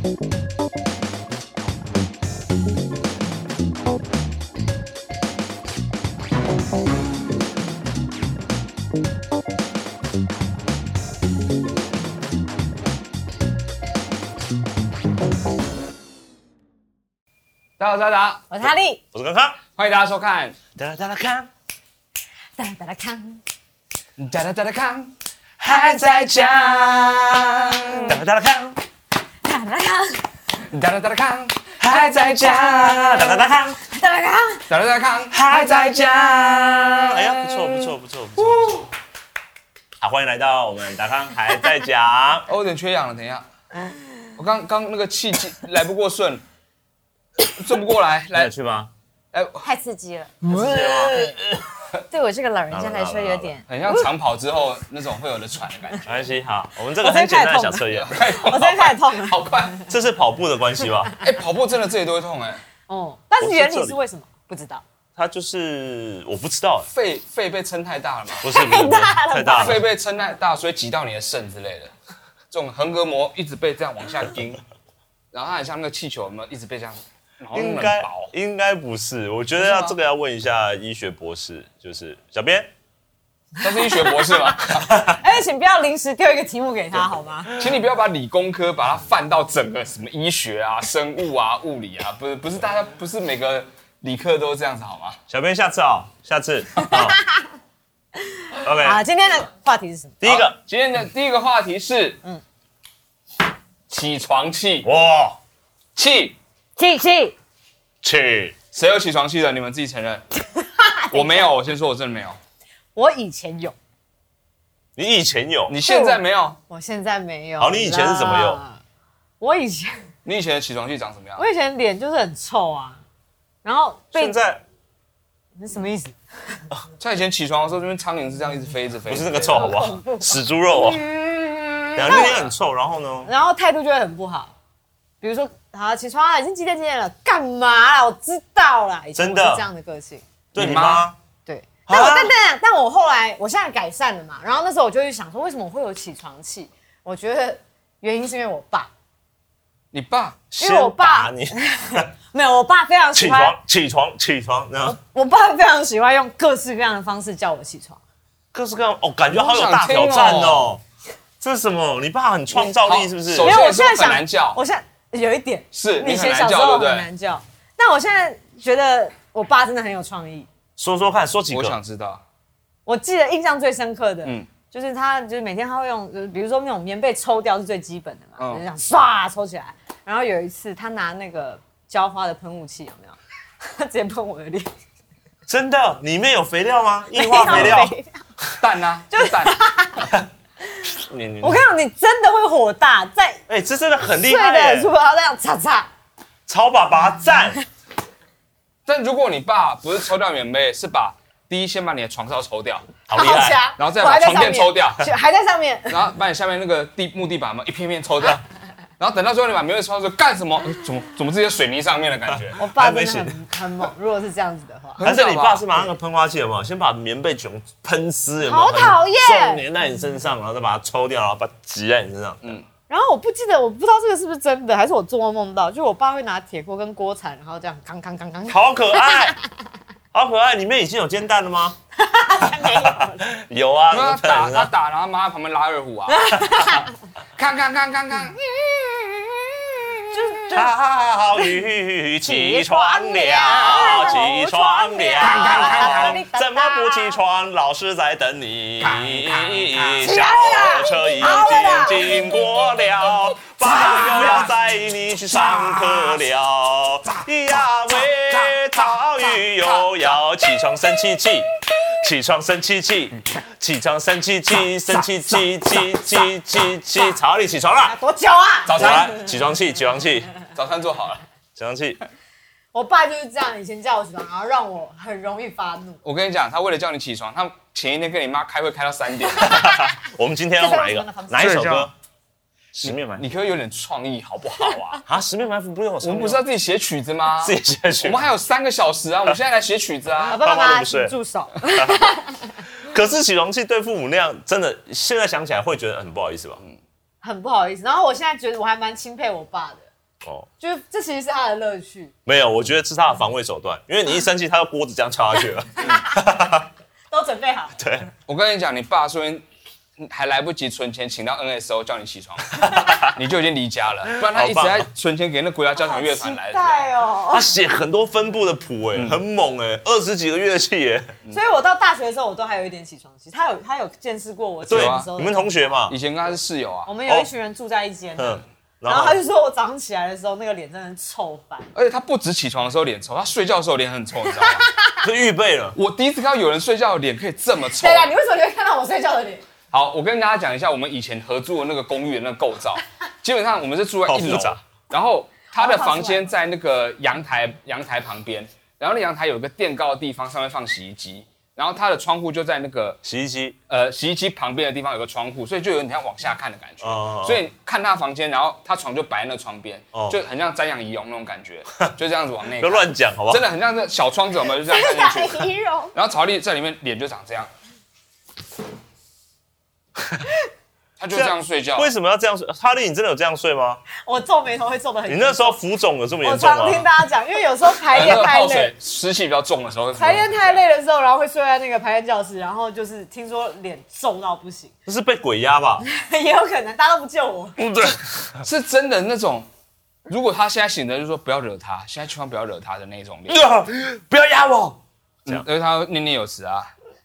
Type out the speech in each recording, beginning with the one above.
大家好，我是阿达， 我是哈利， 我是康康， 欢迎大家收看。 哒啦哒啦康， 哒啦哒啦康， 哒哒哒哒康，还在讲。 哒啦哒啦康， 哒啦康， 哒哒哒哒康，还在讲。 哒啦哒啦康， 哒啦康， 哒哒哒康，还在讲。 哎呀，不错不错不错不错。好，欢迎来到我们达康还在讲。 我有点缺氧了，等一下。我刚那个气来不过顺，顺不过来，来有趣吗？ 太刺激了。对我这个老人家来说有点， 很像长跑之后那种会有的喘的感觉。 没关系，好，我们这个很简单的小测验。 我这边开始痛了。 好快！ 这是跑步的关系吧？ 跑步真的这里都会痛哦，但是原理是为什么？不知道。 它就是我不知道， 肺被撑太大了嘛？ 不是太大了， 肺被撑太大，所以挤到你的肾之类的。这种横膈膜一直被这样往下盯，然后它很像那个气球，有没有一直被这样？ 应该不是，我觉得这个要问一下医学博士，就是小编， 他是医学博士吗？ 哎，请不要临时丢一个题目给他好吗？ 请你不要把理工科把它泛到整个什么医学啊、生物啊、物理啊，不是大家不是每个理科都这样子好吗？ 小编下次OK， 好，今天的话题是什么？ 第一个， 今天的第一个话题是起床气。 哇， 气， 去， 谁有起床气的？你们自己承认。我没有，我先说，我真的没有。 我以前有， 你以前有， 你现在没有？ 我现在没有。 好，你以前是怎么有？ 我以前的起床气长什么样？ 我以前脸就是很臭啊，然后现在你什么意思？ 像以前起床的时候，这边苍蝇是这样一直飞，一直飞。 不是那个臭好不好？死猪肉哦。两天很臭，然后呢？ 然后态度就会很不好，比如说，好起床了，已经几点了，干嘛啦？我知道啦，以前我是这样的个性。 对你妈？ 对，但我后来，我现在改善了嘛。然后那时候我就去想说，为什么我会有起床气？我觉得原因是因为我爸。 你爸？ 因为我爸你没有，我爸非常喜欢起床，然后我爸非常喜欢用各式各样的方式叫我起床。 各式各样哦，感觉好有大挑战哦。这是什么？你爸很创造力是不是？ 首先我现在很难叫， 我现在有一点是你以前小时候很难叫，但我现在觉得我爸真的很有创意。 说说看，说几个。 我想知道。 我记得印象最深刻的，就是他就是每天他会用，比如说那种棉被抽掉是最基本的嘛，就是这样唰抽起来。然后有一次他拿那个浇花的喷雾器，有没有？他直接喷我的脸。 真的？里面有肥料吗？液化肥料？ 蛋啊，就是蛋。 我跟你讲，你真的会火大， 这真的很厉害耶！睡的时候要这样擦擦， 超爸爸赞。 但如果你爸不是抽掉棉被，是先把你的床罩抽掉， 好厉害， 然后再把床垫抽掉， 还在上面， 然后把你下面那个木地板嘛一片片抽掉，然后等到最后你把棉被抽掉，干什么？怎么直接水泥上面的感觉？ 我爸真的很猛，如果是这样子的话。 还是你爸是拿那个喷花器有没有？先把棉被全喷湿，有没有？ 好讨厌， 重粘在你身上，然后再把它抽掉，然后把它挤在你身上。 然后我不知道这个是不是真的，还是我做梦梦到，就我爸会拿铁锅跟锅铲，然后这样康， 好可爱，好可爱！里面已经有煎蛋了吗？有啊， 他打，然后妈在旁边拉二胡啊，康。 好雨起床了，怎么不起床？老师在等你。小车已经经过了，爸又要载你去上课了。呀喂，逃雨又要起床生气气。起床生气气，曹丽起床了， 多久啊？ 早餐， 起床气， 早餐做好了， 起床气。 我爸就是这样，以前叫我起床，然后让我很容易发怒。 我跟你讲，他为了叫你起床，他前一天跟你妈开会开到3点。 我们今天要哪一个？哪一首歌？十面埋伏， 你可以有点创意好不好啊？ 啊，十面埋伏不是有？ 我们不是要自己写曲子吗？ 自己写曲， 我们还有3个小时啊！我们现在来写曲子啊！ 爸妈请住手。 可是起床气对父母那样，真的现在想起来会觉得很不好意思吧？ 很不好意思。然后我现在觉得我还蛮钦佩我爸的， 哦， 就是这其实是他的乐趣。 没有，我觉得这是他的防卫手段，因为你一生气，他的锅子这样敲下去了。 都准备好。 对， 我跟你讲，你爸说还来不及存钱，请到 NSO 叫你起床，你就已经离家了，不然他一直在存钱给那国家交响乐团来的。 他写很多分部的谱，很猛，20几个乐器， 所以我到大学的时候，我都还有一点起床气。他有见识过我起床的时候。 你们同学嘛？ 以前跟他是室友啊。 我们有一群人住在一间，然后他就说我早上起来的时候，那个脸真的臭翻。 而且他不止起床的时候脸臭，他睡觉的时候脸很臭，你知道吗？ 就预备了。 我第一次看到有人睡觉的脸可以这么臭。 对啊，你为什么会看到我睡觉的脸？ 好，我跟大家讲一下我们以前合租的那个公寓的那个构造。基本上我们是住在1楼，然后他的房间在那个阳台旁边，然后那阳台有个垫高的地方，上面放洗衣机，然后他的窗户就在那个洗衣机旁边的地方有个窗户，所以就有点像往下看的感觉。所以看他房间，然后他床就摆在那窗边，就很像瞻仰仪容那种感觉，就这样子往内看。 不要乱讲，好不好？ 真的很像这小窗子，有没有？就这样看进去。 仪容。 然后曹丽在里面脸就长这样。他就这样睡觉。 为什么要这样睡？哈利，你真的有这样睡吗？ 我皱眉头会皱得很。 你那时候浮肿有这么严重吗？ 我常听大家讲，因为有时候排练太累， 湿气比较重的时候， 排练太累的时候，然后会睡在那个排练教室，然后就是听说脸皱到不行。 这是被鬼压吧？ 也有可能，大家都不救我。 对， 是真的那种。如果他现在醒着，就说不要惹他，现在千万不要惹他的那种脸。 不要压我。 因为他念念有词啊。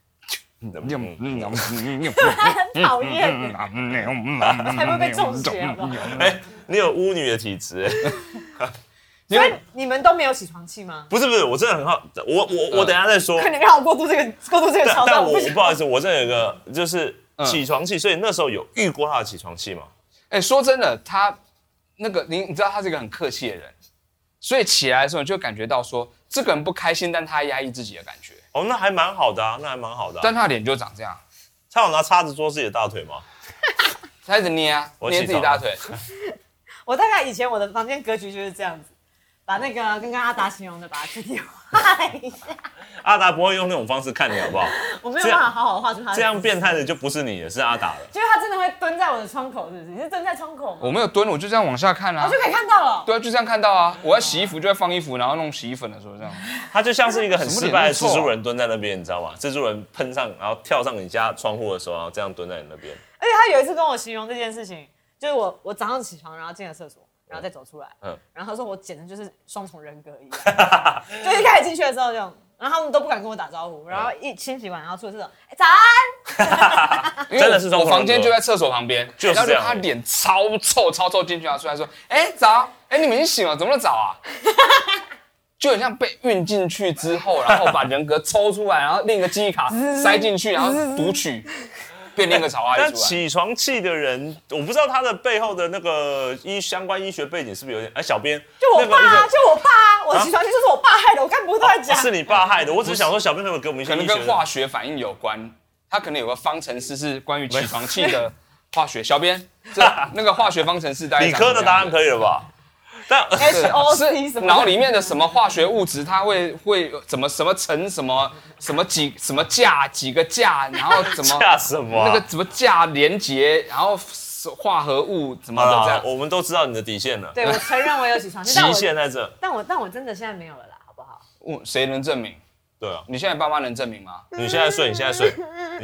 讨厌，才不会被中邪，好不好？ 你有巫女的体质所以你们都没有起床气吗？ 不是，我真的很好，我等一下再说。 看你让我过渡这个桥段， 但我不好意思，我这有一个就是起床气，所以那时候有遇过他的起床气吗？ 说真的，他那个你知道他是一个很客气的人，所以起来的时候你就感觉到说这个人不开心，但他压抑自己的感觉。 哦，那还蛮好的啊，那还蛮好的。 但他的脸就长这样。 他有拿叉子戳自己的大腿吗？ 他一直捏啊，捏自己大腿。 我大概以前我的房间格局就是这样子，把那个刚刚阿达形容的，把它具体画一下。 阿达不会用那种方式看你，好不好？ 我没有办法好好的画出他。 这样变态的就不是你，是阿达了。 就是他真的会蹲在我的窗口，是不是？你是蹲在窗口吗？ 我没有蹲，我就这样往下看啊。 我就可以看到了。 对啊，就这样看到啊。我在洗衣服就在放衣服，然后弄洗衣粉的时候这样。 他就像是一个很失败的蜘蛛人蹲在那边，你知道吗？蜘蛛人喷上，然后跳上你家窗户的时候，然后这样蹲在你那边。 而且他有一次跟我形容这件事情，就是我早上起床，然后进了厕所，然后再走出来，然后他说我简直就是双重人格一样，就一开始进去的时候这样。然后他们都不敢跟我打招呼，然后一清洗完，然后出了厕所，早安。 真的是我房间就在厕所旁边， 就是这样。 他脸超臭进去啊，出来说，早，你们已经醒了，怎么那么早啊？就很像被运进去之后，然后把人格抽出来，然后另一个记忆卡塞进去，然后读取。变另一个草花。 但起床气的人，我不知道他的背后的那个相关医学背景是不是有点？小编就我爸啊，就我爸啊，我起床气就是我爸害的，我刚不是都在讲， 是你爸害的。我只是想说，小编可不可以给我们一些可能跟化学反应有关，他可能有个方程式是关于起床气的化学。小编，那个化学方程式， 理科的答案可以了吧？但 HOC 什么脑里面的什么化学物质，它会怎么什么乘什么什么价几个价，然后怎么价什么那个怎么价连结，然后化合物怎么的这样。 我们都知道你的底线了。 对，我承认我有起床气， 极限在这。 但我真的现在没有了啦，好不好？ 谁能证明？ 对啊， 你现在爸妈能证明吗？ 你现在睡，你现在睡。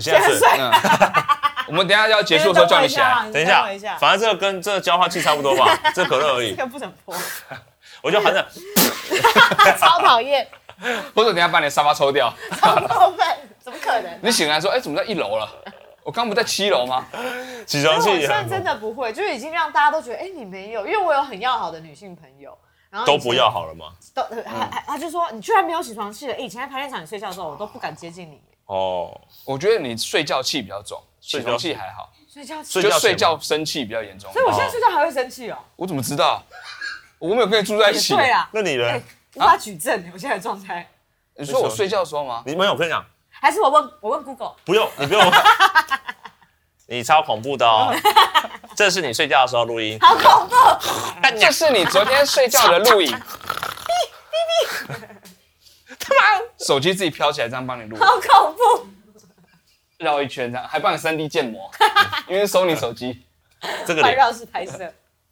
我们等一下要结束的时候叫你起来。 等一下，反正这个跟这个浇花器差不多吧，这可乐而已。 这个不准泼。 我就含着， 超讨厌。 或者等一下把你的沙发抽掉。 超过分，怎么可能？ 你醒来说，怎么在1楼了？我刚不在7楼吗？ 起床气。 我现在真的不会，就是已经让大家都觉得，你没有，因为我有很要好的女性朋友，然后都不要好了吗？ 他就说你居然没有起床气了。以前在排练场你睡觉的时候，我都不敢接近你。 哦， 我觉得你睡觉气比较重，起床气还好。睡觉生气比较严重。 所以我现在睡觉还会生气哦。 我怎么知道？我没有跟你住在一起。 对啊， 那你呢？ 无法举证，我现在的状态。 你说我睡觉的时候吗？ 你没有，我跟你讲， 还是我问 Google。 不用，你不用。你超恐怖的哦！这是你睡觉的时候录音。 好恐怖！ 这是你昨天睡觉的录影。他妈，手机自己飘起来，这样帮你录。 好恐怖！ 绕一圈这样，还帮你3D 建模，因为收你手机。 这个环绕式拍摄。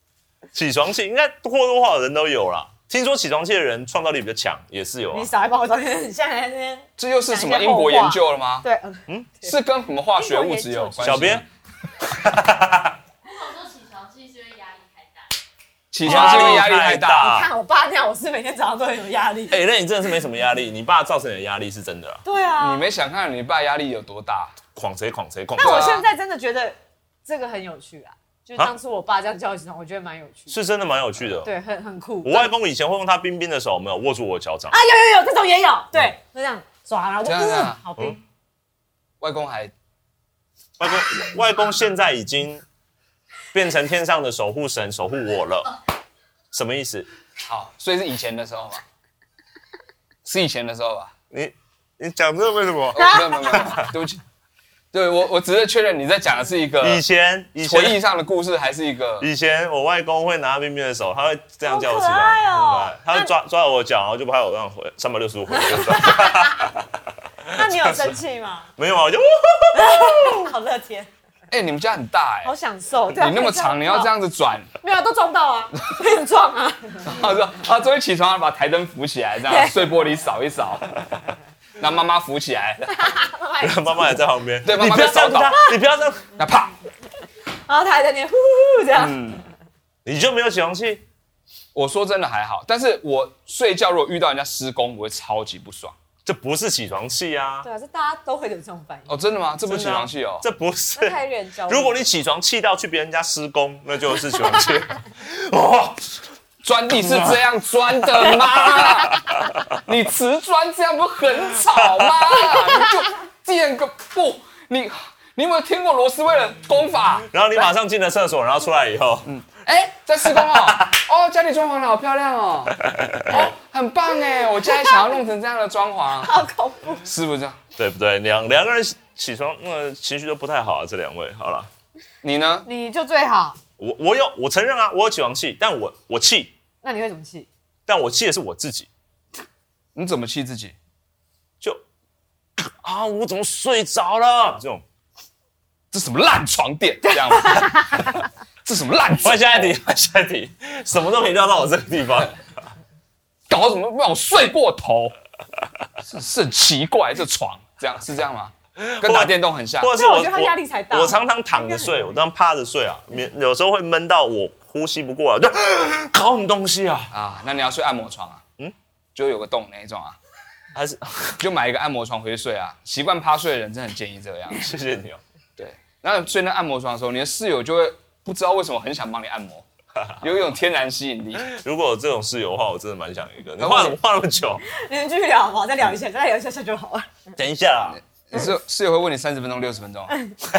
起床气应该或多或少人都有啦。听说起床气的人创造力比较强，也是有啊。 你少来帮我照片，现在那边这又是什么英国研究了吗？ 对， 是跟什么化学物质有关系？ 小编， 我说起床气是因为压力太大。 起床是因为压力太大。 看我爸那样，我是每天早上都很有压力。 那你真的是没什么压力，你爸造成你的压力是真的啦。 对啊， 你没想看你爸压力有多大？ 狂谁。 但我现在真的觉得这个很有趣啊。就是当初我爸这样叫我起床，我觉得蛮有趣的， 是真的蛮有趣的。 对，很酷。 我外公以前会用他冰冰的手，没有握住我的脚掌。 啊，有，这种也有，对，就这样抓，然后就好冰。 外公还， 外公现在已经变成天上的守护神，守护我了。什么意思？ 好，所以是以前的时候嘛，是以前的时候吧？ 你讲这个为什么？ 没有，对不起。对我只是确认你在讲的是一个以前回忆上的故事，还是一个以前我外公会拿冰冰的手，他会这样叫我起好可爱哦， 他会抓我的脚，然后就拍我这样回360度回。 那你有生气吗？ 没有啊，我就好乐天。 你们家很大好享受。 你那么长，你要这样子转， 没有都撞到啊，很撞啊。 然后说终于起床了，把台灯扶起来，这样碎玻璃扫一扫。让妈妈扶起来， 妈妈也在旁边。 对，妈妈在扫倒， 你不要这样， 那啪， 然后他还在那边呼呼这样。 你就没有起床气？ 我说真的还好，但是我睡觉如果遇到人家施工，我会超级不爽。 这不是起床气啊！ 对啊，这大家都会有这种反应。 哦，真的吗？这不是起床气哦？ 这不是。 太令人焦虑。 如果你起床气到去别人家施工，那就是起床气。哦。 砖地是这样钻的吗？你瓷砖这样不很吵吗？你就垫个布，你有没有听过罗斯威尔功法？ 然后你马上进了厕所，然后出来以后， 在施工哦，家里装潢的好漂亮哦，很棒哎，我家也想要弄成这样的装潢， 好恐怖， 是不是这样？ 对不对？两个人起床，情绪都不太好啊，这两位，好了， 你呢？ 你就最好。 我承认啊，我有起床气，但我气。 那你会怎么气？ 但我气的是我自己。 你怎么气自己？ 就我怎么睡着了？ 这什么烂床垫？这样吗？这什么烂？ 换下一题，什么都可以绕到我这个地方， 搞什么让我睡过头？是很奇怪，这床这样是这样吗？跟打电动很像。 或者是我觉得他压力才大。 我常常躺着睡，我这样趴着睡啊，有时候会闷到我呼吸不过来，就搞什么东西啊？ 那你要睡按摩床啊？就有个洞那一种啊？ 还是就买一个按摩床回去睡啊？习惯趴睡的人真的很建议这个样子。 谢谢你哦。 对，然后睡那按摩床的时候，你的室友就会不知道为什么很想帮你按摩，有一种天然吸引力。 如果有这种室友的话，我真的蛮想一个。你画那么久， 你们继续聊嘛，再聊一下就好了。 等一下啦， 你室友会问你30分钟、60分钟，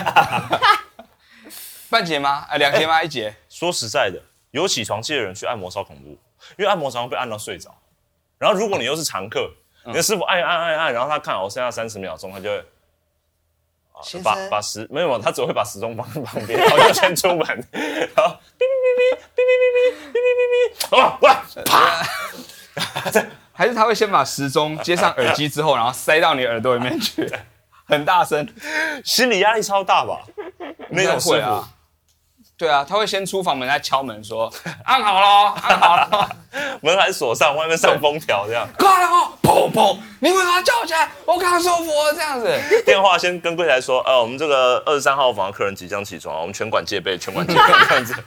半节吗？2节吗？1节？ 说实在的，有起床气的人去按摩超恐怖，因为按摩常常被按到睡着。然后如果你又是常客，你的师傅按，然后他看我剩下30秒钟，他就会把没有，他只会把时钟放在旁边，然后就先出门，然后哔哔哔，啪！ 还是他会先把时钟接上耳机之后，然后塞到你耳朵里面去，很大声， 心理压力超大吧？那种师傅。 对啊，他会先出房门，再敲门说：“按好了，按好了。” 门还锁上，外面上封条这样。 快哦，砰砰！你为什么要叫我起来？我刚舒服了这样子。 电话先跟柜台说：“我们这个23号房的客人即将起床，我们全馆戒备，全馆戒备这样子。”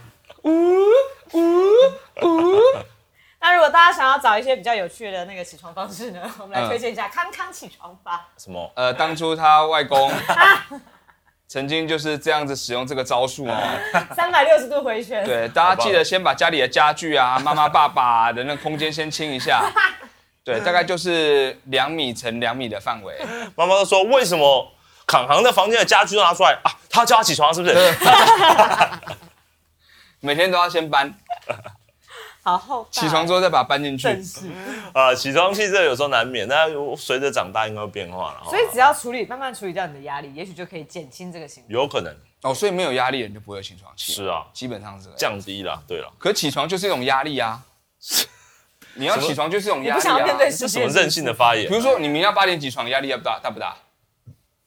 那如果大家想要找一些比较有趣的那个起床方式呢，我们来推荐一下康康起床法。 什么？ 当初他外公。曾经就是这样子使用这个招数哦 ，360度回旋。 对，大家记得先把家里的家具啊、妈妈、爸爸的那个空间先清一下。对，大概就是2米乘2米的范围。 妈妈都说为什么康康的房间的家具都拿出来啊？他叫他起床是不是？ 每天都要先搬。 好厚。 起床之后再把它搬进去。 起床气这有时候难免，但随着长大应该会变化了。 所以只要慢慢处理掉你的压力，也许就可以减轻这个行为。 有可能哦，所以没有压力的人就不会有起床气。 是啊， 基本上是这个降低了。对了， 可起床就是一种压力啊。你要起床就是一种压力啊。 不想面对世界。 这什么任性的发言？ 比如说你明天要8点起床，压力大不大？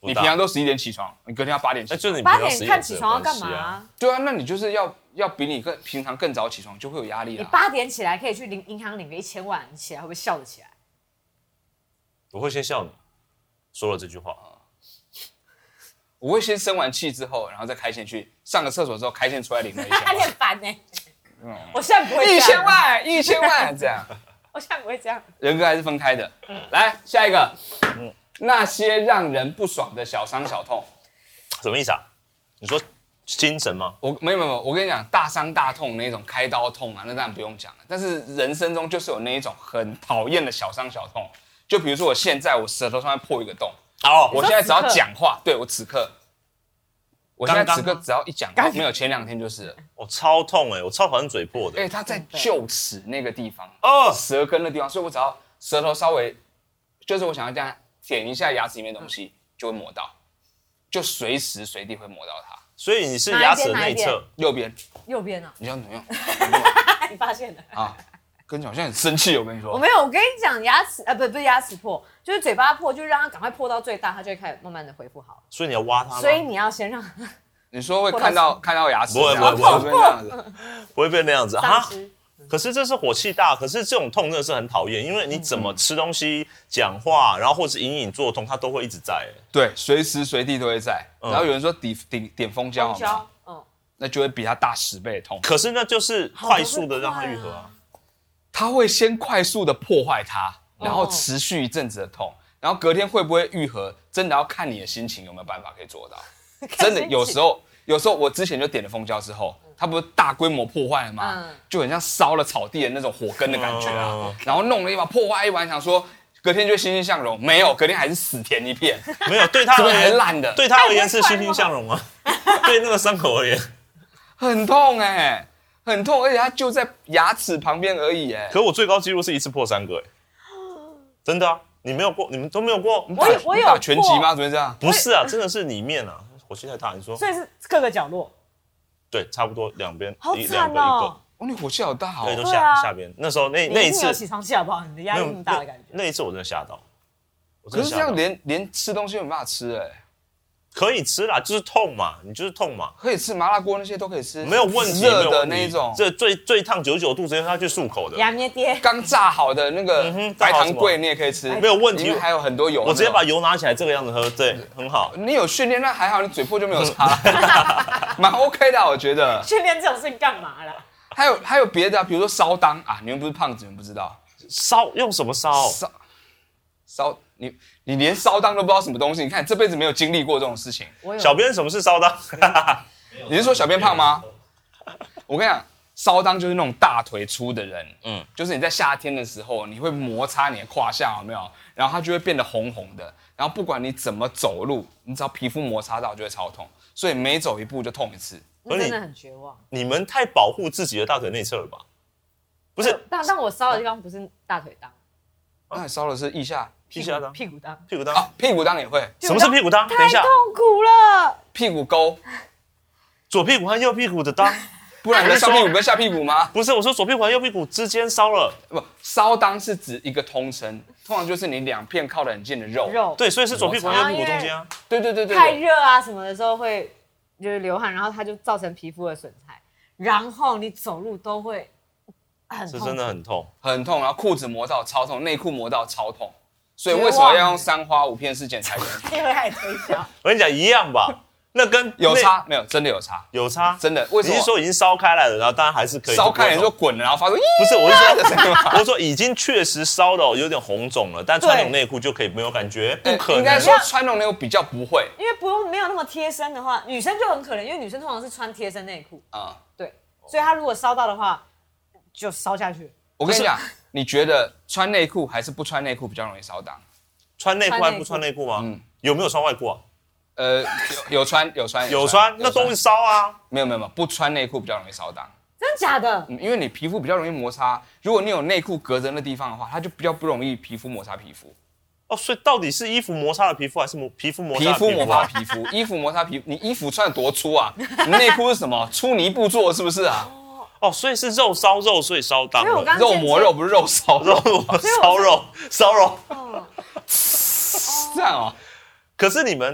你平常都11点起床，你隔天要8点起床。 就是你 8点看起床要干嘛？ 对啊，那你就是要比你平常更早起床，就会有压力你啊。 8点起来可以去银行领个1000万，你起来会不会笑得起来？ 我会先笑你，说了这句话。 我会先生完气之后，然后再开线去上个厕所之后，开线出来领了1000万。 你很烦呢。我现在不会这样。 1000万这样。 我现在不会这样。 人格还是分开的。来下一个，那些让人不爽的小伤小痛， 什么意思啊？你说精神吗？ 没有，我跟你讲，大伤大痛那种开刀痛啊，那当然不用讲了。但是人生中就是有那一种很讨厌的小伤小痛，就比如说我现在我舌头上面破一个洞。我现在只要讲话，对我此刻，我现在此刻只要一讲话，没有前2天就是了。 我超痛我超讨厌嘴破的。 他在臼齿那个地方，舌根的地方，所以我只要舌头稍微，就是我想要这样舔一下牙齿里面的东西，就会磨到，就随时随地会磨到它。 所以你是牙齿的内侧， 右边。 右边啊？ 你想怎么样？ 你发现了啊？跟你讲，我现在很生气，我跟你说。 我没有，我跟你讲，牙齿不是牙齿破，就是嘴巴破，就让它赶快破到最大，它就会开始慢慢的恢复好。 所以你要挖它吗？ 所以你要先让你说会看到牙齿， 不会这样子， 不会变那样子啊。 吃可是这是火气大，可是这种痛真的是很讨厌，因为你怎么吃东西、讲话，然后或是隐隐作痛，它都会一直在。 对，随时随地都会在。然后有人说点蜂胶，那就会比它大10倍的痛。 可是那就是快速的让它愈合啊。 它会先快速的破坏它，然后持续一阵子的痛，然后隔天会不会愈合，真的要看你的心情有没有办法可以做到。真的有时候我之前就点了蜂胶之后，它不是大规模破坏了吗？就很像烧了草地的那种火根的感觉啊。然后弄了一把破坏一晚，想说隔天就欣欣向荣，没有，隔天还是死田一片。 没有，对他而言还是烂的， 对他而言是欣欣向荣啊。对那个伤口而言， 很痛很痛，而且它就在牙齿旁边而已可我最高纪录是一次破3个真的啊！你没有过，你们都没有过？ 我有打拳击吗？怎么会这样？ 不是啊，真的是里面啊，火气太大。你说？ 所以是各个角落。 对，差不多两边， 好惨一个。 哦，你火气好大哦。 对，都下边。那时候那一次有起床气好不好？你的压力那么大的感觉。 那一次我真的吓到。 可是这样连吃东西都没办法吃可以吃啦，就是痛嘛，你就是痛嘛。 可以吃麻辣锅那些都可以吃， 没有问题。 热的那一种， 这最烫99度直接下去漱口的。 牙咩爹。 刚炸好的那个白糖粿你也可以吃， 没有问题。 还有很多油， 我直接把油拿起来这个样子喝，对，很好。 你有训练那还好，你嘴破就没有差，蛮 OK 的，我觉得。 训练这种事情干嘛啦？ 还有别的，比如说烧当啊，你们不是胖子，你们不知道烧用什么烧？ 烧你连烧当都不知道什么东西，你看这辈子没有经历过这种事情。 小编什么是烧当？ 你是说小编胖吗？我跟你讲，烧当就是那种大腿粗的人，就是你在夏天的时候，你会摩擦你的胯下，有没有？然后它就会变得红红的，然后不管你怎么走路，你只要皮肤摩擦到就会超痛，所以每走一步就痛一次。 真的很绝望。 你们太保护自己的大腿内侧了吧？不是， 但我烧的地方不是大腿裆， 那你烧的是腋下。 屁股裆，屁股裆啊，屁股裆也会。 什么是屁股裆？ 太痛苦了。 屁股沟， 左屁股和右屁股的裆， 不然你的上屁股跟下屁股吗？ 不是，我说左屁股和右屁股之间烧了。 不，烧裆是指一个通称，通常就是你两片靠得很近的肉。 对，所以是左屁股和右屁股中间啊。 对。 太热啊什么的时候会就是流汗，然后它就造成皮肤的损害，然后你走路都会很痛。 是真的很痛， 很痛，然后裤子磨到超痛，内裤磨到超痛。所以为什么要用3花5片式剪裁员？ 因为还推销。 我跟你讲一样吧，那跟有差没有？真的有差， 有差， 真的。为什么？ 你是说已经烧开来了，然后当然还是可以烧开，你说滚了，然后发出不是？我是说已经确实烧到有点红肿了，但穿那种内裤就可以没有感觉？不可能。 应该说穿那种内裤比较不会， 因为没有那么贴身的话，女生就很可怜，因为女生通常是穿贴身内裤啊，对，所以她如果烧到的话，就烧下去。 我跟你讲，你觉得穿内裤还是不穿内裤比较容易烧裆？ 穿内裤还不穿内裤吗？有没有穿外裤啊？ 有穿， 那都会烧啊。 没有，不穿内裤比较容易烧裆。 真的假的？ 因为你皮肤比较容易摩擦，如果你有内裤隔着那地方的话，它就比较不容易皮肤摩擦皮肤。 哦，所以到底是衣服摩擦了皮肤，还是皮肤摩擦皮肤？ 皮肤摩擦皮肤，衣服摩擦皮肤。你衣服穿得多粗啊？你内裤是什么？粗泥布做是不是啊？ 哦，所以是肉烧肉，所以烧裆了。 肉磨肉不是肉烧肉， 烧肉。 这样哦。 可是你们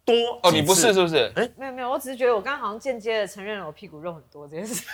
多哦，你不是是不是？ 没有，我只是觉得我刚刚好像间接的承认了我屁股肉很多这件事情。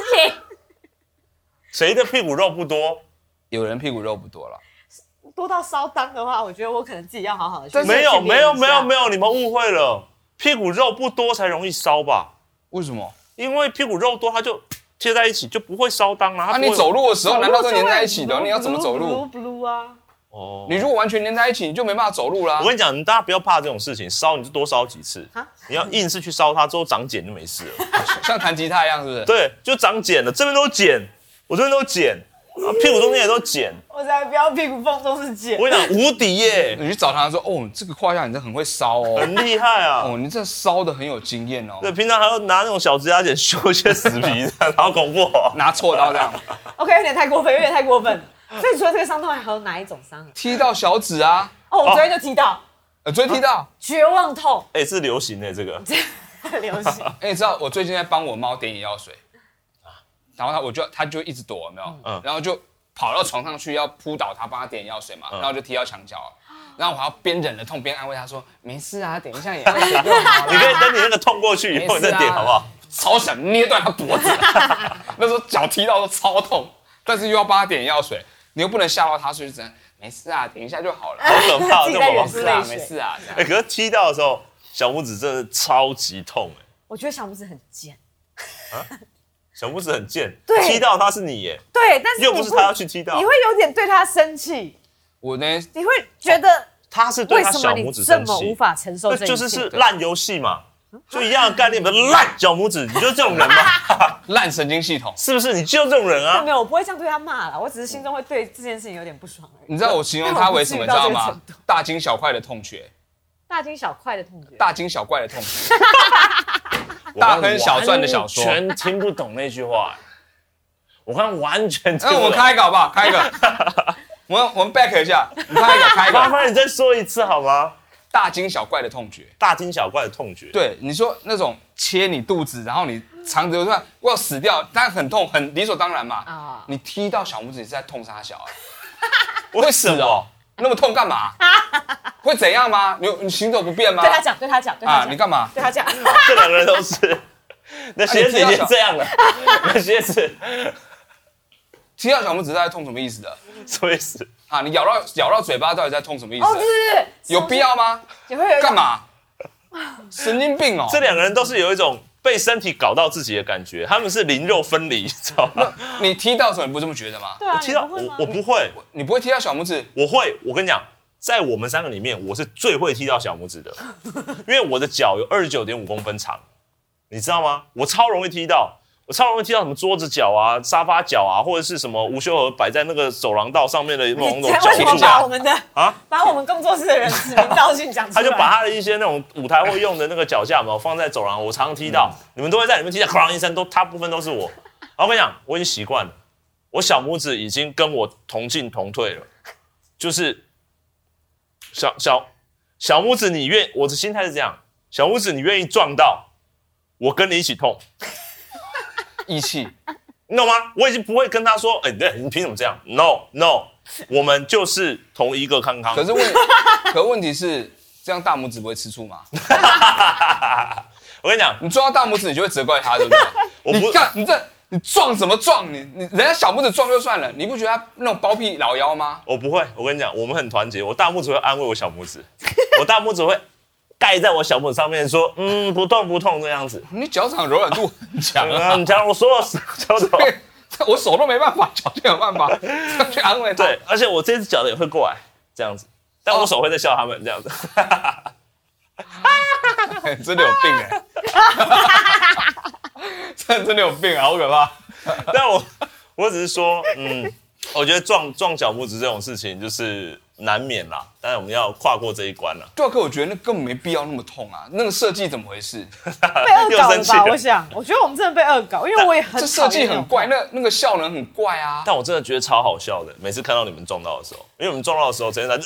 谁的屁股肉不多？ 有人屁股肉不多了。 多到烧裆的话，我觉得我可能自己要好好的去。 没有，你们误会了，屁股肉不多才容易烧吧？ 为什么？ 因为屁股肉多，它就贴在一起，就不会烧裆啊。 你走路的时候难道都粘在一起的？你要怎么走路 ？blue 啊。 哦， 你如果完全粘在一起，你就没办法走路啦。 我跟你讲，大家不要怕这种事情，烧你就多烧几次。你要硬是去烧它，之后长茧就没事了。 像弹吉他一样，是不是？ 对，就长茧了，这边都茧，我这边都茧，屁股中间也都茧。 我才不要屁股缝都是茧。 我跟你讲，无敌耶！ 你去找他说，哦，这个胯下你真的很会烧哦， 很厉害啊！ 哦，你这烧的很有经验哦。 对，平常还要拿那种小指甲剪修一些死皮，好恐怖哦！ 拿锉刀这样。 OK， 有点太过分，有点太过分。所以除了这个伤痛，还有哪一种伤？ 踢到小指啊！ 哦，我昨天就踢到， 昨天踢到绝望痛。 是流行的这个， 流行。 你知道我最近在帮我猫点眼药水，然后它就一直躲，有没有？然后就跑到床上去要扑倒它，帮它点眼药水嘛，然后就踢到墙角了。然后我还要边忍着痛边安慰它说：“没事啊，点一下眼药水就好了。” 你可以等你那个痛过去以后你再点好不好？ 超想捏断它脖子，那时候脚踢到都超痛，但是又要帮它点眼药水。你又不能吓到他，所以只能没事啊，点一下就好了。 好可怕，这宝宝没事啊， 没事啊。 可是踢到的时候，小拇指真的超级痛我觉得小拇指很贱。 小拇指很贱， 对， 踢到他是你耶。 对，但是又不是他要去踢到， 你会有点对他生气。 我呢， 你会觉得他是对他小拇指生气， 为什么你这么无法承受这一切？ 就是烂游戏嘛。就一样的概念，烂小拇指，你就是这种人嘛？ 烂神经系统是不是？你就这种人啊？ 没有，我不会这样对他骂啦，我只是心中会对这件事情有点不爽而已。 你知道我形容他为什么？你知道吗？大惊小怪的痛觉。 大惊小怪的痛觉。 大惊小怪的痛觉。大亨小传的小说。 全听不懂那句话，我看完全听不懂。 那我们开一个好不好？开一个。我们 back 一下，你开一个。 麻烦你再说一次好吗？ 大惊小怪的痛觉， 大惊小怪的痛觉。 对，你说那种切你肚子，然后你肠子就算我要死掉，但很痛，很理所当然嘛。你踢到小拇指，你是在痛啥小啊？会死哦，那么痛干嘛？会怎样吗？你行走不便吗？ 对他讲。 你干嘛？ 对他讲。 这两个人都是，那鞋子已经这样了，那鞋子踢到小拇指在痛什么意思的？ 什么意思？ 你咬到嘴巴到底在痛什么意思？ 哦，对， 有必要吗？ 也会有干嘛？神经病哦！ 这两个人都是有一种被身体搞到自己的感觉，他们是灵肉分离，知道吗？ 你踢到的时候你不这么觉得吗？ 对啊， 我踢到我不会， 你不会踢到小拇指？ 我会，我跟你讲，在我们三个里面，我是最会踢到小拇指的，因为我的脚有29.5公分长，你知道吗？我超容易踢到。我超容易踢到什么桌子脚啊、沙发脚啊，或者是什么无袖盒摆在那个走廊道上面的那种脚踢架。把我们的把我们工作室的人指名道姓讲出来。 他就把他的一些那种舞台会用的那个脚架嘛放在走廊，我常常踢到，你们都会在里面踢到，哐一声，大部分都是我。然后我跟你讲，我已经习惯了，我小拇指已经跟我同进同退了，就是小拇指我的心态是这样，小拇指你愿意撞到，我跟你一起痛。 义气， 你懂吗？我已经不会跟他说，你凭什么这样 ？No， 我们就是同一个康康。 可问题是，这样大拇指不会吃醋吗？ 我跟你讲， 你撞到大拇指，你就会责怪他，对不对？你撞怎么撞？人家小拇指撞就算了，你不觉得他那种包庇老妖吗？ 我不会，我跟你讲，我们很团结，我大拇指会安慰我小拇指，我大拇指会盖在我小拇指上面说，不痛这样子。 你脚掌柔软度很强啊！ 你讲我所有脚掌， 我手都没办法，脚就有办法去安慰他。 对，而且我这只脚的也会过来这样子，但我手会在笑他们这样子。 真的有病真的有病啊，好可怕。 但我只是说，我觉得撞脚拇指这种事情就是难免啦，但是我们要跨过这一关啦。 对啊，可我觉得那根本没必要那么痛啊，那个设计怎么回事？ 被恶搞了吧？我觉得我们真的被恶搞，因为我也很这设计很怪，那个效能很怪啊。 但我真的觉得超好笑的，每次看到你们撞到的时候，因为我们撞到的时候，陈建达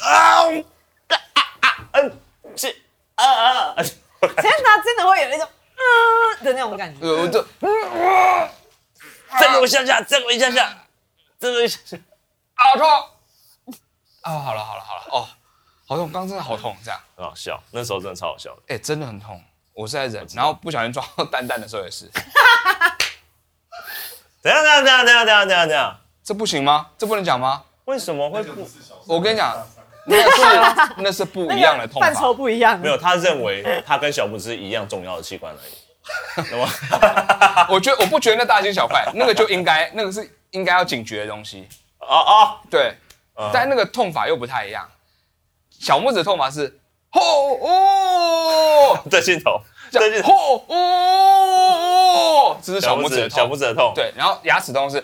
陈建达真的会有那种的那种感觉， 我就再给我一下下，再给我一下下，再给我一下下， 好痛！好了， 好痛，刚刚真的好痛，这样很好笑，那时候真的超好笑的。 哎、真的很痛，我是在忍，然后不小心撞到蛋蛋的时候也是。 等一下， 这不行吗？这不能讲吗？ 为什么会不？ 我跟你讲，那是不一样的痛范畴法。 不一样。 没有，他认为他跟小拇指一样重要的器官而已。那么， 我不觉得那大惊小怪，那个就应该，那个是应该要警觉的东西。对，但那个痛法又不太一样。小拇指的痛法是吼哦， 对镜头， 吼哦，这是小拇指的痛， 小拇指的痛。 对，然后牙齿痛是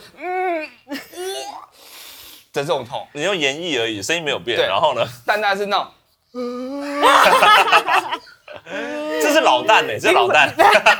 这种痛， 你用言意而已，声音没有变。 对然后呢？ 蛋蛋是那种。 这是老蛋这是老蛋，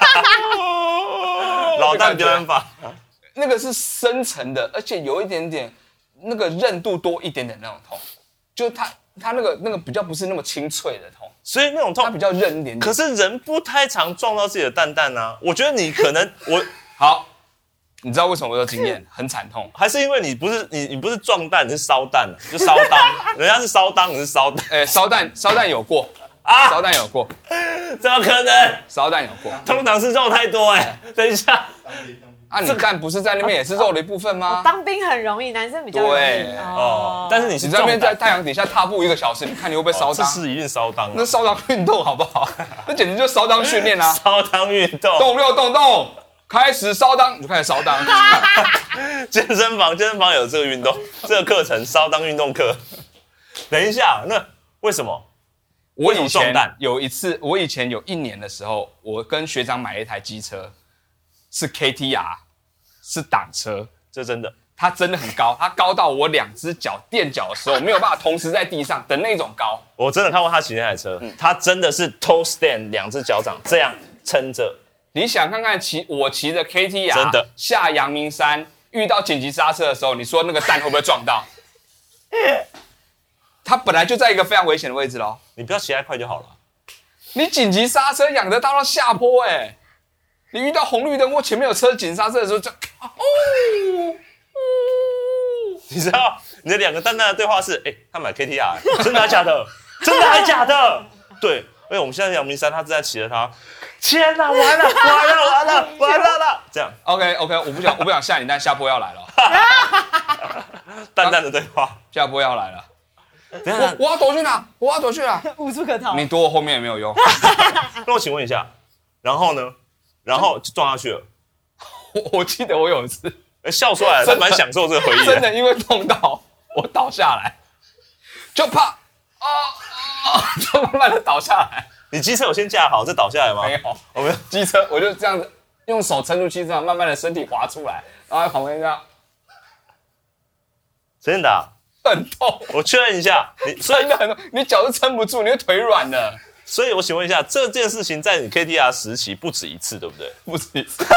老蛋表演法。 那个是深层的，而且有一点点那个韧度多一点点那种痛，就是它那个比较不是那么清脆的痛， 所以那种痛它比较韧一点点。 可是人不太常撞到自己的蛋蛋啊。我觉得你可能好，你知道为什么我有经验很惨痛？ 还是因为你不是撞蛋，你是烧蛋，就烧裆，人家是烧裆，你是烧蛋。 烧蛋有过啊， 烧蛋有过， 怎么可能？ 烧蛋有过， 通常是肉太多等一下， 啊，你蛋不是在那边也是肉的一部分吗？ 当兵很容易，男生比较容易。 对但是你是你在那边在太阳底下踏步1个小时，你看你会不会烧这裆？ 是一定烧裆， 那烧裆运动好不好？那简直就烧裆训练啊！ 烧裆运动， 动6动，开始烧裆，你就开始烧裆。 健身房有这个运动，这个课程烧裆运动课。等一下，那为什么？ 我以前有一次，我以前有1年的时候，我跟学长买了一台机车，是 KTR， 是挡车， 这真的， 它真的很高，它高到我2只脚垫脚的时候没有办法同时在地上的那种高。 我真的看过他骑那台车，他真的是 toe stand 2只脚掌这样撑着。 你想看看我骑着 KTR 真的下阳明山，遇到紧急刹车的时候，你说那个蛋会不会撞到？它本来就在一个非常危险的位置咯。 你不要骑太快就好了。 你紧急刹车仰得到下坡你遇到红绿灯或前面有车紧刹车的时候就你知道你的2个蛋蛋的对话是，他买 KTR， 真的还假的？真的还假的？对，而且我们现在阳明山，他正在骑着它，天哪，完了，这样。 OK， 我不想吓你，但下坡要来了。 蛋蛋的对话， 下坡要来了。 等一下， 我要躲去哪？我要躲去哪？ 无处可逃。 你躲我后面也没有用。 那我请问一下，然后呢？然后就撞下去了。 我记得我有一次笑出来了，真蛮享受这个回忆的。 真的因为痛到我倒下来，就怕就慢慢的倒下来。 你机车有先架好再倒下来吗？ 没有， 我没有。 机车我就这样子用手撑住机车，慢慢的身体滑出来，然后在旁边这样。 真的、 很痛， 我确认一下， 真的很痛，你脚是撑不住，你的腿软的。 所以我请问一下，这件事情在你 KTR 时期不止一次，对不对？ 不止一次。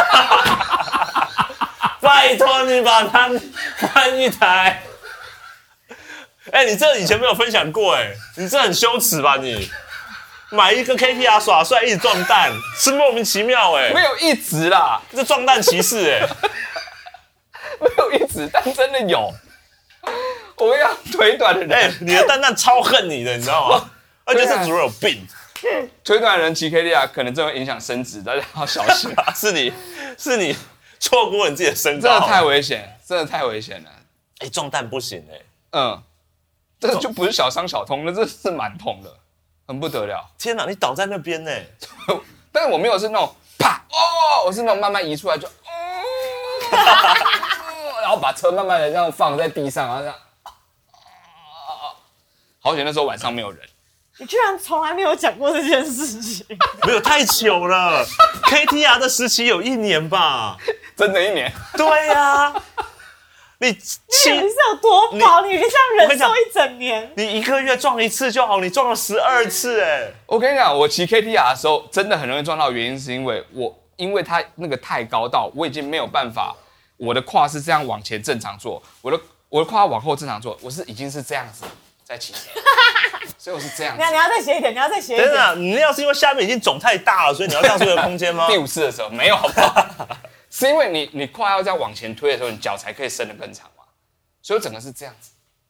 拜托你把它换一台。你这以前没有分享过你这很羞耻吧你？买一个 KTR 耍帅，一直撞蛋，是莫名其妙没有一直啦， 这撞蛋骑士没有一直，但真的有。我跟你讲，腿短的人， 你的蛋蛋超恨你的，你知道吗？而且是主有病。 腿短的人骑 KTR 可能真的会影响伸直，大家要小心。 是你错过你自己的身高， 真的太危险，真的太危险了。 撞蛋不行这就不是小伤小痛，那这是蛮痛的，很不得了。 天哪，你倒在那边但是我没有是那种啪我是那种慢慢移出来就然后把车慢慢的这样放在地上，然后这样好险那时候晚上没有人。 你居然从来没有讲过这件事情， 没有太久了。KTR 的时期有1年吧？ 真的1年？ 对呀，你是有多饱？你这样忍受1整年？ 你1个月撞1次就好，你撞了12次我跟你讲，我骑 KTR 的时候真的很容易撞到，原因是因为它那个太高到我已经没有办法，我的胯是这样往前正常坐，我的胯往后正常坐，我已经是这样子在骑车。所以我是这样子。 你要再斜一点， 真的，你那是因为下面已经肿太大了，所以你要让出一个空间吗？ 第5次的时候没有，好不好？是因为你胯要这样往前推的时候，你脚才可以伸得更长嘛。所以我整个是这样子。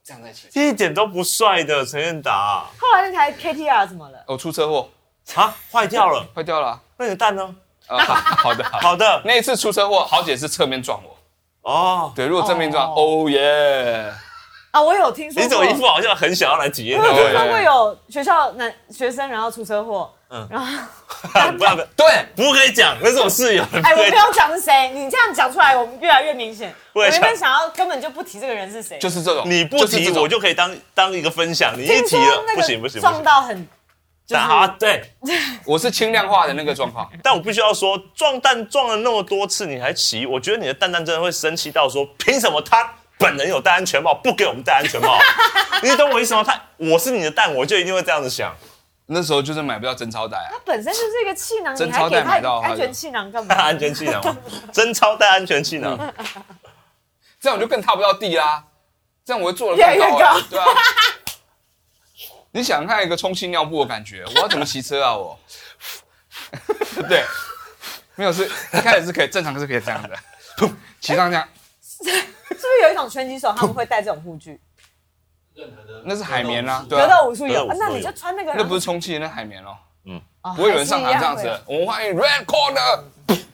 这样在骑， 一点都不帅的陈彦达。 后来那台 KTR 怎么了？ 我出车祸， 啊，坏掉了， 坏掉了。 那你的蛋呢？ 好的， 好的。 那一次出车祸，好姐是侧面撞我。 哦， 对，如果正面撞，哦耶！ 啊，我有听说过。 你怎么一副好像很想要来体验？ 我有听说过有学生然后出车祸，然后不要，对，不可以讲，那是我室友。 哎，我没有讲是谁，你这样讲出来，我们越来越明显。我原本想要根本就不提这个人是谁， 就是这种， 你不提我就可以当一个分享，你一提了不行， 撞到很。 啊，对， 我是轻量化的那个状况， 但我必须要说，撞蛋撞了那么多次，你还骑，我觉得你的蛋蛋真的会生气到说，凭什么他本人有戴安全帽，不给我们戴安全帽？你懂我意思吗？我是你的蛋，我就一定会这样子想。 那时候就是买不到真钞袋啊， 它本身就是一个气囊， 真钞袋买到安全气囊干嘛？ 安全气囊，真钞袋安全气囊， 这样我就更踏不到地啦，这样我会坐得越来越高， 对啊。你想看一个充气尿布的感觉，我要怎么骑车啊？我，对，没有是一开始是可以正常是可以这样的，骑上这样。 是不是有一种拳击手他们会戴这种护具？ 那是海绵啦，对格啊， 斗武术有，那你就穿那个。 那不是充气，那海绵哦。 嗯， 不会有人上场这样子。我们欢迎 Red Corner。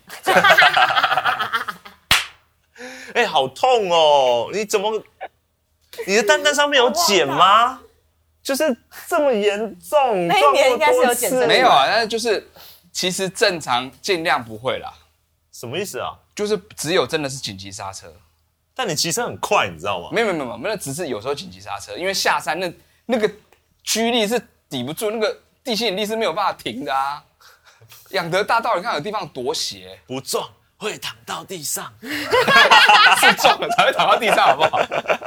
哎，好痛哦！你的蛋蛋上面有茧吗？就是这么严重， 那一年应该是有茧， 没有啊，但是就是其实正常尽量不会啦。 什么意思啊？ 就是只有真的是紧急刹车。 但你骑车很快，你知道吗？ 没有，那只是有时候紧急刹车，因为下山那个居力是抵不住，那个地心引力是没有办法停的啊。养德大道你看有地方多斜， 不撞会躺到地上， 是撞了才会躺到地上，好不好？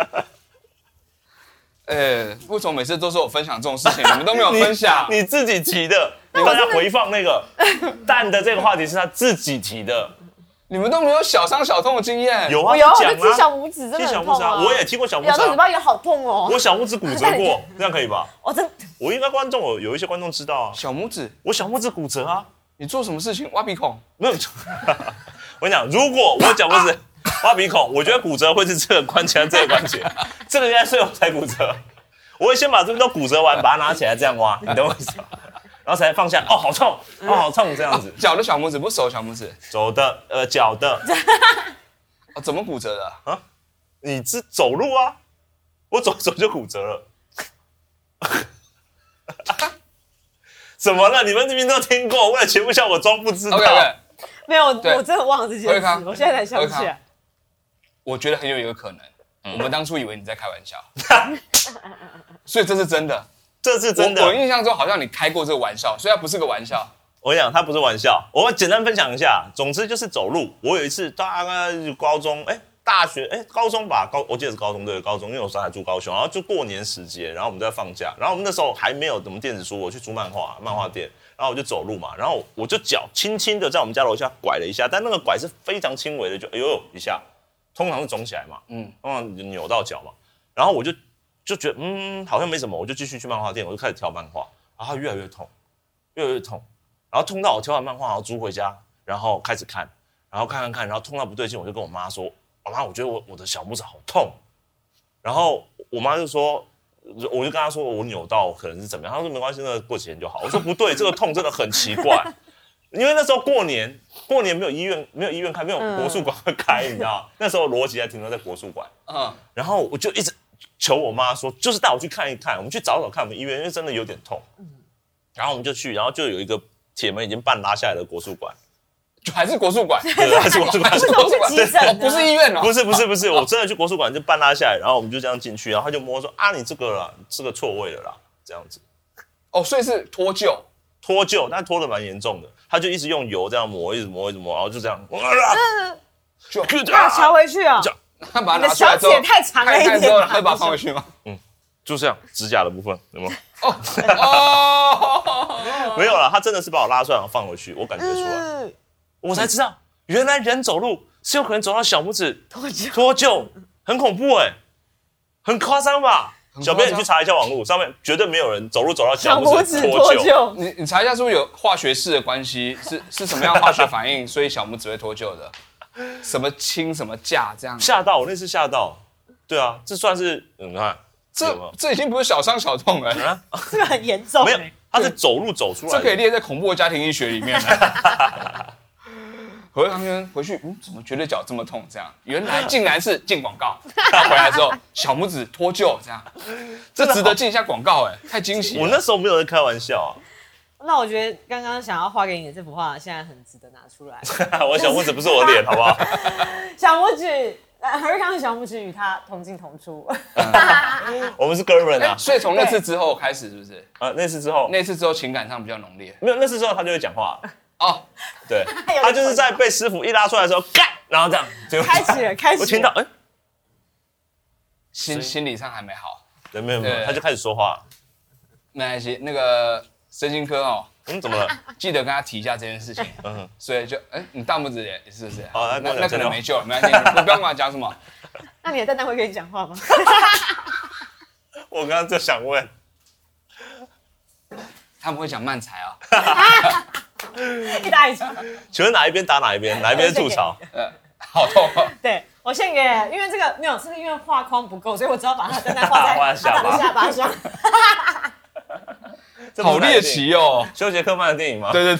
为什么每次都是我分享这种事情，你们都没有分享？ 你自己提的，你大家回放那个蛋的这个话题是他自己提的， 你们都没有小伤小痛的经验？ 有啊， 有，我就踢小拇指，真的很痛啊！ 我也踢过小拇指， 咬到嘴巴也好痛哦。 我小拇指骨折过，这样可以吧？ 我应该有一些观众知道啊。 小拇指， 我小拇指骨折啊！ 你做什么事情？挖鼻孔？ 没有。我跟你讲，如果我脚拇指挖鼻孔，我觉得骨折会是这个关节，这个关节，这个应该最后才骨折。我会先把这边都骨折完，把它拿起来这样挖，你懂我意思吗？然后才放下。哦，好痛，哦，好痛，这样子。 脚的小拇指，不是手的小拇指。 走的，脚的。 怎么骨折的啊？ 你是走路啊？我走就骨折了。怎么了？你们明明都听过，为了节目效果装不知道。 Okay. 没有，我真的忘了这件事，我现在才想起来。 我觉得很有一个可能，我们当初以为你在开玩笑，所以这是真的， 这是真的。 我印象中好像你开过这个玩笑，所以它不是个玩笑。 我跟你讲，它不是玩笑。我简单分享一下，总之就是走路。我有一次大概高中，大学，高中吧，我记得是高中，对，高中，因为我还住高雄，然后就过年时节，然后我们在放假，然后我们那时候还没有什么电子书，我去租漫画店，然后我就走路嘛，然后我就脚轻轻的在我们家楼下拐了一下，但那个拐是非常轻微的，就哎呦一下，通常是肿起来嘛，通常扭到脚嘛，然后我就觉得好像没什么，我就继续去漫画店，我就开始挑漫画，然后越来越痛，越来越痛，然后痛到我挑完漫画，然后租回家，然后开始看，然后看，然后痛到不对劲，我就跟我妈说。妈，我觉得我的小拇指好痛，然后我妈就说，我就跟她说我扭到可能是怎么样，她说没关系，那过几天就好。我说不对，这个痛真的很奇怪，因为那时候过年没有医院开，没有国术馆会开，你知道，那时候逻辑还停留在国术馆，然后我就一直求我妈说，就是带我去看一看，我们去找看我们医院，因为真的有点痛，然后我们就去，然后就有一个铁门已经半拉下来的国术馆。 就还是国术馆， 对，还是国术馆， 不是医院哦， 不是，我真的去国术馆就半拉下来，然后我们就这样进去，然后他就摸说你这个啦，这个错位了啦，这样子。 所以是脱臼， 但脱得蛮严重的，他就一直用油这样磨，一直磨，然后就这样， 就调回去啊， 他把它拿出来之后， 太长了一点， 会把它放回去吗？ 就这样，指甲的部分有没有？没有啦，他真的是把我拉出来然后放回去，我感觉出来。我才知道，原来人走路是有可能走到小拇指脱臼，很恐怖很夸张吧？小编，你去查一下网络，上面绝对没有人走路走到小拇指脱臼。 你查一下，是不是有化学式的关系？是什么样的化学反应，所以小拇指会脱臼的？什么氢什么价这样？ 吓到我那次吓到，对啊，这算是你看这已经不是小伤小痛了， 这个很严重。 没有，他是走路走出来的， 这可以列在恐怖的家庭医学里面了。何康先生回去，怎么觉得脚这么痛？这样，原来竟然是进广告。他回来之后，小拇指脱臼，这样，这值得进一下广告哎，太惊喜了。 我那时候没有在开玩笑啊。 那我觉得刚刚想要画给你的这幅画，现在很值得拿出来。 我小拇指不是我脸，好不好？ 小拇指，何康的小拇指与他同进同出。 我们是哥们啊。 所以从那次之后开始，是不是？ 那次之后情感上比较浓烈。 没有，那次之后他就会讲话。哦，对， 他就是在被师傅一拉出来的时候，干，然后这样就开始了。 我听到， 心理上还没好。 对，没有，他就开始说话。 没关系，那个神经科哦， 怎么了？ 记得跟他提一下这件事情。所以就，你大拇指也是不是？ 哦， 那可能没救了，没关系，你不要跟我讲什么。 那你的蛋蛋会跟你讲话吗？ 我刚刚就想问， 他们会讲慢才啊。 一打一场， 请问哪一边打哪一边？哪一边是吐槽？ 好痛啊！ 对我献给，因为这个没有，是因为画框不够，所以我只好把它蛋蛋画在他的下巴上。 好猎奇哦， 休杰克曼的电影吗？ 对。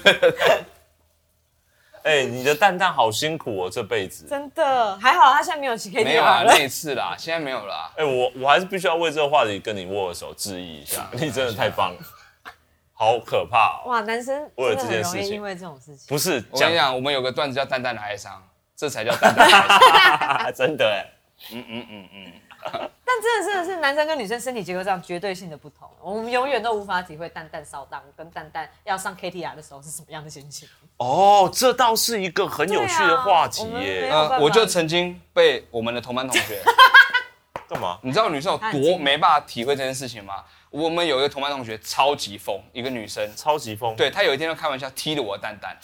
你的蛋蛋好辛苦哦，这辈子。 真的，还好他现在没有去 KTV 没有啊，那一次啦，现在没有啦。 我还是必须要为这个话题跟你握个手致意一下，你真的太棒了。好可怕哦！ 哇，男生为了这件事情， 因为这种事情， 不是我跟你讲，我们有个段子叫“淡淡的哀伤”，这才叫淡淡的哀伤。 真的哎， 但真的是男生跟女生身体结构上绝对性的不同，我们永远都无法体会蛋蛋扫荡跟蛋蛋要上 KTR 的时候是什么样的心情。 哦，这倒是一个很有趣的话题耶。 我就曾经被我们的同班同学干嘛？ 你知道女生有多没办法体会这件事情吗？我们有一个同班同学超级疯，一个女生超级疯， 对她有一天就开玩笑踢了我的蛋蛋。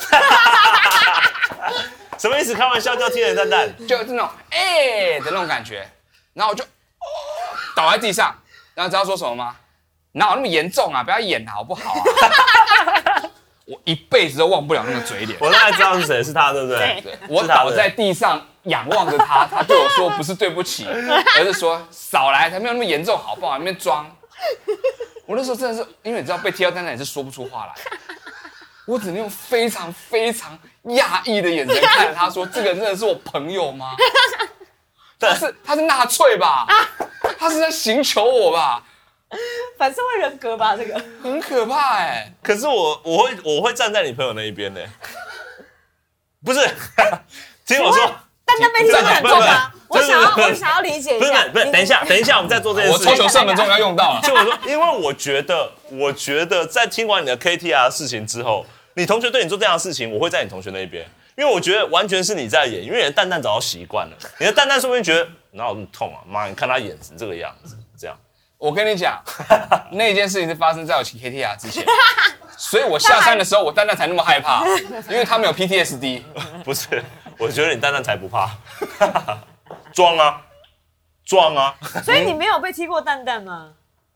什么意思？开玩笑叫踢人蛋蛋？ 就那种的那种感觉，然后我就倒在地上，然后知道说什么吗？哪有那么严重啊？不要演好不好啊？我一辈子都忘不了那个嘴脸。 我大概知道是谁，是他，对不对？ 对，我倒在地上仰望着他，他对我说不是对不起，而是说少来，才没有那么严重，好不好？在那边装。我那时候真的是，因为你知道被踢到蛋蛋也是说不出话来，我只能用非常非常讶异的眼神看着他说：“这个人真的是我朋友吗？他是纳粹吧？他是在刑求我吧？ 反社会人格吧，这个很可怕哎。 可是我会站在你朋友那一边呢，不是？听我说。” 蛋蛋被踢很重啊！我想要理解一下。 不是，等一下，我们再做这件事情。 我抽球射门终于要用到了。 听我说，因为我觉得在听完你的 KTR 的事情之后，你同学对你做这样的事情，我会在你同学那一边，因为我觉得完全是你在演，因为你的蛋蛋早就习惯了，你的蛋蛋说不定觉得哪有那么痛啊？妈，你看他演成这个样子，这样。 我跟你讲，那件事情是发生在我骑 KTR 之前。所以我下山的时候，我蛋蛋才那么害怕，因为他没有 PTSD。 不是，我觉得你蛋蛋才不怕，装啊，撞啊。 所以你没有被踢过蛋蛋吗？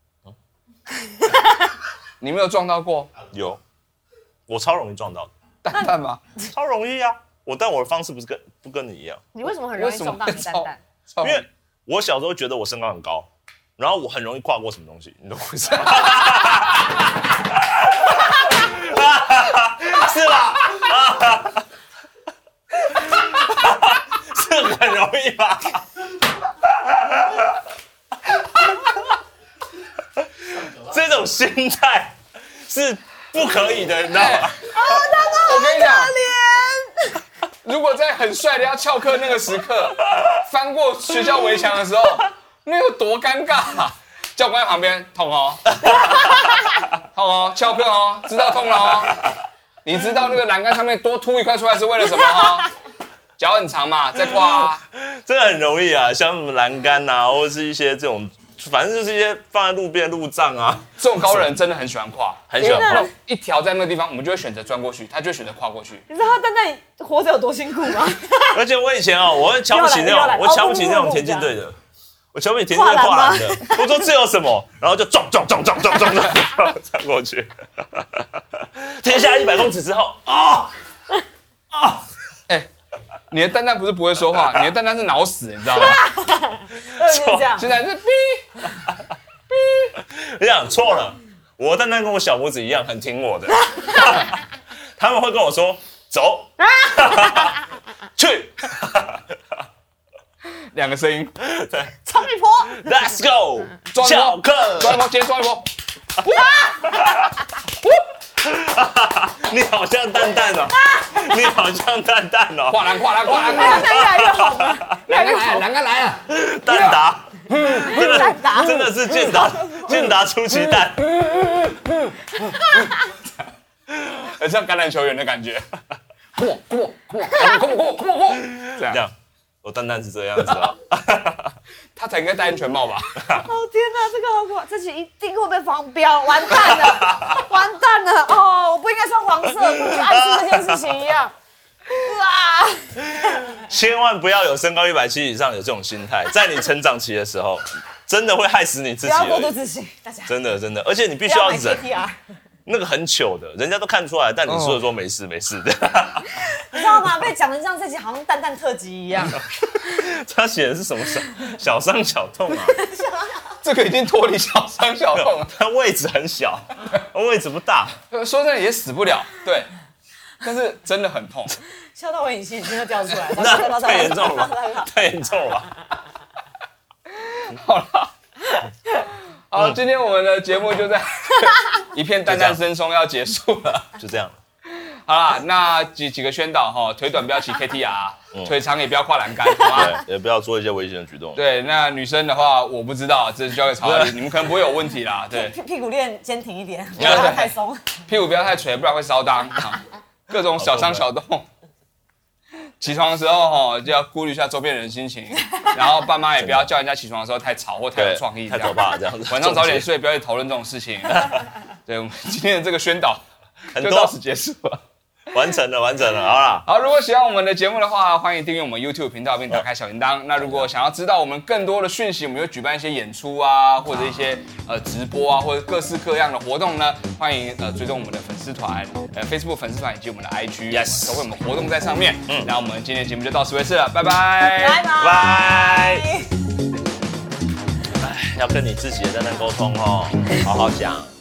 你没有撞到过？ 有，我超容易撞到的。 蛋蛋吗？ 超容易啊！但我的方式不跟你一样。 你为什么很容易撞到你蛋蛋？ 因为我小时候觉得我身高很高，然后我很容易跨过什么东西，你懂我意思吗？是吧？是很容易吧？这种心态是不可以的，你知道吗？ 我跟你讲，如果在很帅的要翘课那个时刻，翻过学校围墙的时候，那有多尴尬啊！教官在旁边痛哦，痛哦，翘课哦，知道痛了哦。你知道那个栏杆上面多凸一块出来是为了什么哦？脚很长嘛，再跨啊。 这个很容易啊，像什么栏杆啊，或者是一些这种，反正就是一些放在路边的路障啊。 这种高人真的很喜欢跨， 很喜欢跨。 一条在那个地方，我们就会选择钻过去，他就会选择跨过去。 你知道他蛋蛋活着有多辛苦吗？ 而且我以前我会瞧不起那种，我瞧不起那种田径队的。我瞧不起田径队跨栏的，我说这有什么，然后就撞撞过去，停下100公尺之后， 你的蛋蛋不是不会说话，你的蛋蛋是脑死，你知道吗？ 这样， 现在是哔， 我想错了，我蛋蛋跟我小拇指一样，很听我的。他们会跟我说走，去， 两个声音， 对， 冲一波 ，Let's go， 跳课， 抓一波，今天抓一波。 你好像蛋蛋哦，你好像蛋蛋哦， 跨栏，跨栏，跨栏， 越来越红了，越来越红。 栏杆来了， 蛋达， 蛋达真的是健达出奇蛋， 很像橄榄球员的感觉。Come on，这样， 我蛋蛋是这样子哦。 他才应该戴安全帽吧？ 哦天哪，这个好可怕！这期一定会被黄标，完蛋了，完蛋了！哦，我不应该穿黄色，不去暗示这件事情一样。哇！ 千万不要有身高170以上有这种心态，在你成长期的时候，真的会害死你自己。 不要过度自信，大家。 真的真的，而且你必须要忍。 KTR 那个很糗的，人家都看出来，但你说的说没事没事的， 你知道吗？被讲成这样，这集好像蛋蛋特辑一样。 他写的是什么小伤小痛啊？ 这个已经脱离小伤小痛了。 他位置很小，位置不大。 说真的也死不了，对，但是真的很痛。 笑到我隐形眼镜都掉出来， 那太严重了，太严重了。 好了。好，今天我们的节目就在一片淡淡声中要结束了， 就这样。 好啦，那几个宣导哈，腿短不要骑 KTR，腿长也不要跨栏杆，好吗？ 对，也不要做一些危险的举动。 对，那女生的话我不知道，这是交给曹老师，你们可能不会有问题啦。对， 屁股练坚挺一点，不要太松， 屁股不要太垂，不然会烧裆。各种小伤小痛。起床的时候就要顾虑一下周边人心情，然后爸妈也不要叫人家起床的时候太吵或太有创意， 太可怕这样子。 晚上早点睡，不要去讨论这种事情。对，我们今天的这个宣导就到此结束了。 完成了，好啦。 好，如果喜欢我们的节目的话，欢迎订阅我们 YouTube 频道并打开小铃铛。那如果想要知道我们更多的讯息，我们会举办一些演出啊，或者一些直播啊，或者各式各样的活动呢，欢迎追踪我们的粉丝团，Facebook 粉丝团以及我们的 IG， 都会我们活动在上面。那我们今天的节目就到此为止了，拜拜， 拜拜。 要跟你自己的蛋蛋沟通哦，好好讲。